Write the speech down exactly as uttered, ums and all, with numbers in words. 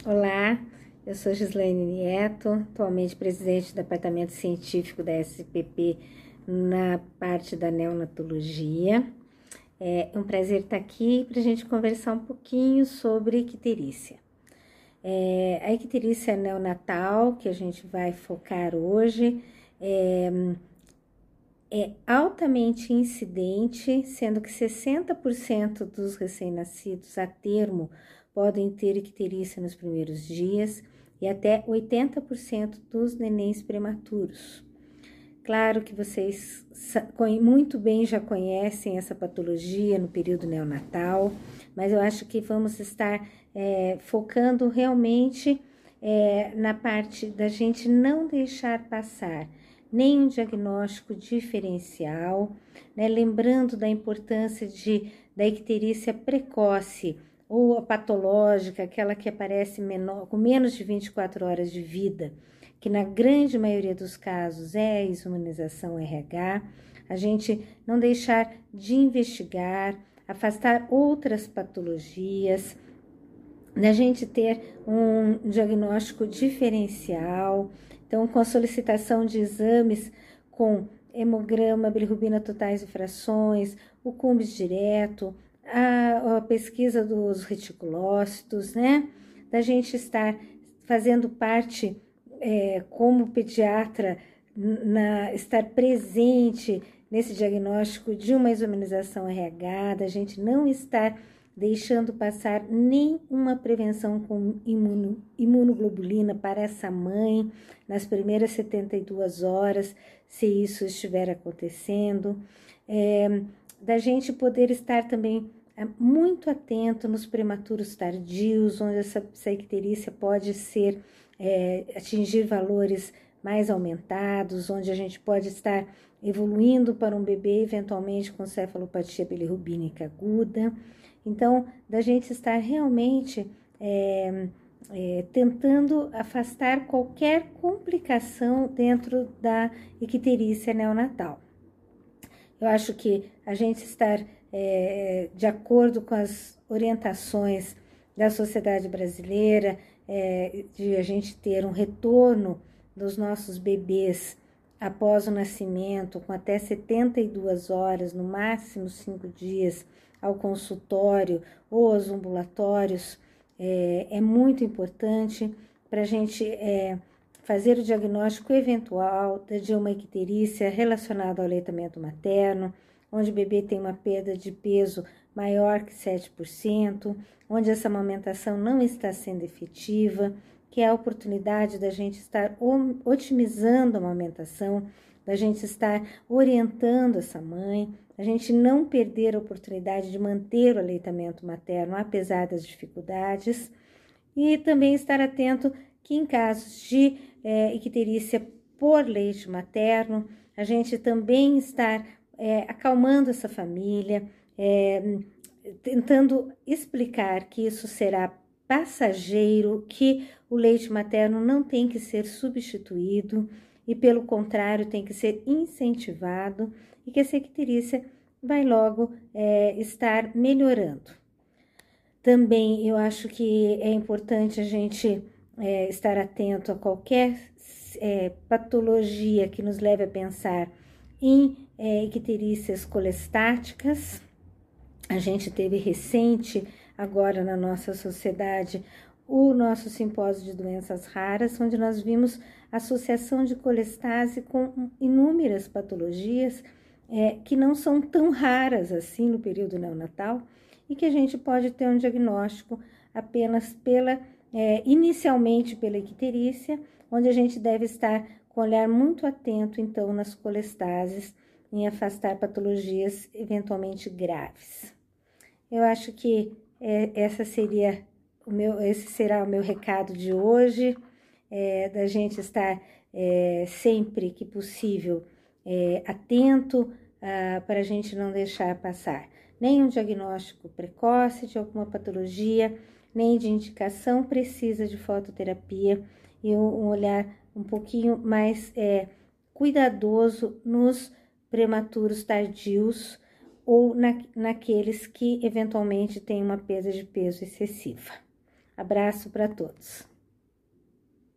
Olá, eu sou Gislaine Nieto, atualmente presidente do Departamento Científico da S P P na parte da neonatologia. É um prazer estar aqui para a gente conversar um pouquinho sobre icterícia. É, a icterícia neonatal, que a gente vai focar hoje, é, é altamente incidente, sendo que sessenta por cento dos recém-nascidos a termo podem ter icterícia nos primeiros dias e até oitenta por cento dos nenéns prematuros. Claro que vocês muito bem já conhecem essa patologia no período neonatal, mas eu acho que vamos estar é, focando realmente é, na parte da gente não deixar passar nenhum diagnóstico diferencial, né? Lembrando da importância de, da icterícia precoce ou a patológica, aquela que aparece menor, com menos de vinte e quatro horas de vida, que na grande maioria dos casos é a isumanização R H, a gente não deixar de investigar, afastar outras patologias, da gente ter um diagnóstico diferencial, então com a solicitação de exames com hemograma, bilirrubina totais e frações, o cumbis direto, a, a pesquisa dos reticulócitos, né? Da gente estar fazendo parte, é, como pediatra, na, estar presente nesse diagnóstico de uma isominização R H, da gente não estar deixando passar nenhuma prevenção com imuno, imunoglobulina para essa mãe nas primeiras setenta e duas horas, se isso estiver acontecendo, é, da gente poder estar também muito atento nos prematuros tardios, onde essa, essa icterícia pode ser, é, atingir valores mais aumentados, onde a gente pode estar evoluindo para um bebê eventualmente com cefalopatia bilirrubínica aguda. Então, da gente estar realmente é, é, tentando afastar qualquer complicação dentro da icterícia neonatal. Eu acho que a gente estar é, de acordo com as orientações da sociedade brasileira, é, de a gente ter um retorno dos nossos bebês após o nascimento, com até setenta e duas horas, no máximo cinco dias, ao consultório ou aos ambulatórios, é, é muito importante para a gente é, fazer o diagnóstico eventual de uma icterícia relacionada ao aleitamento materno, onde o bebê tem uma perda de peso maior que sete por cento, onde essa amamentação não está sendo efetiva, que é a oportunidade da gente estar otimizando a amamentação, da gente estar orientando essa mãe, a gente não perder a oportunidade de manter o aleitamento materno, apesar das dificuldades, e também estar atento que em casos de é, icterícia por leite materno, a gente também estar é, acalmando essa família, é, tentando explicar que isso será passageiro, que o leite materno não tem que ser substituído e, pelo contrário, tem que ser incentivado e que essa icterícia vai logo é, estar melhorando. Também eu acho que é importante a gente é, estar atento a qualquer é, patologia que nos leve a pensar em é, icterícias colestáticas. A gente teve recente, agora na nossa sociedade, o nosso simpósio de doenças raras, onde nós vimos associação de colestase com inúmeras patologias é, que não são tão raras assim no período neonatal e que a gente pode ter um diagnóstico apenas pela, é, inicialmente pela icterícia, onde a gente deve estar com o olhar muito atento, então, nas colestases, em afastar patologias eventualmente graves. Eu acho que é, essa seria o meu, esse será o meu recado de hoje, é, da gente estar é, sempre que possível é, atento ah, para a gente não deixar passar nem um diagnóstico precoce de alguma patologia, nem de indicação precisa de fototerapia e um olhar um pouquinho mais é, cuidadoso nos prematuros tardios ou na, naqueles que eventualmente têm uma perda de peso excessiva. Abraço para todos.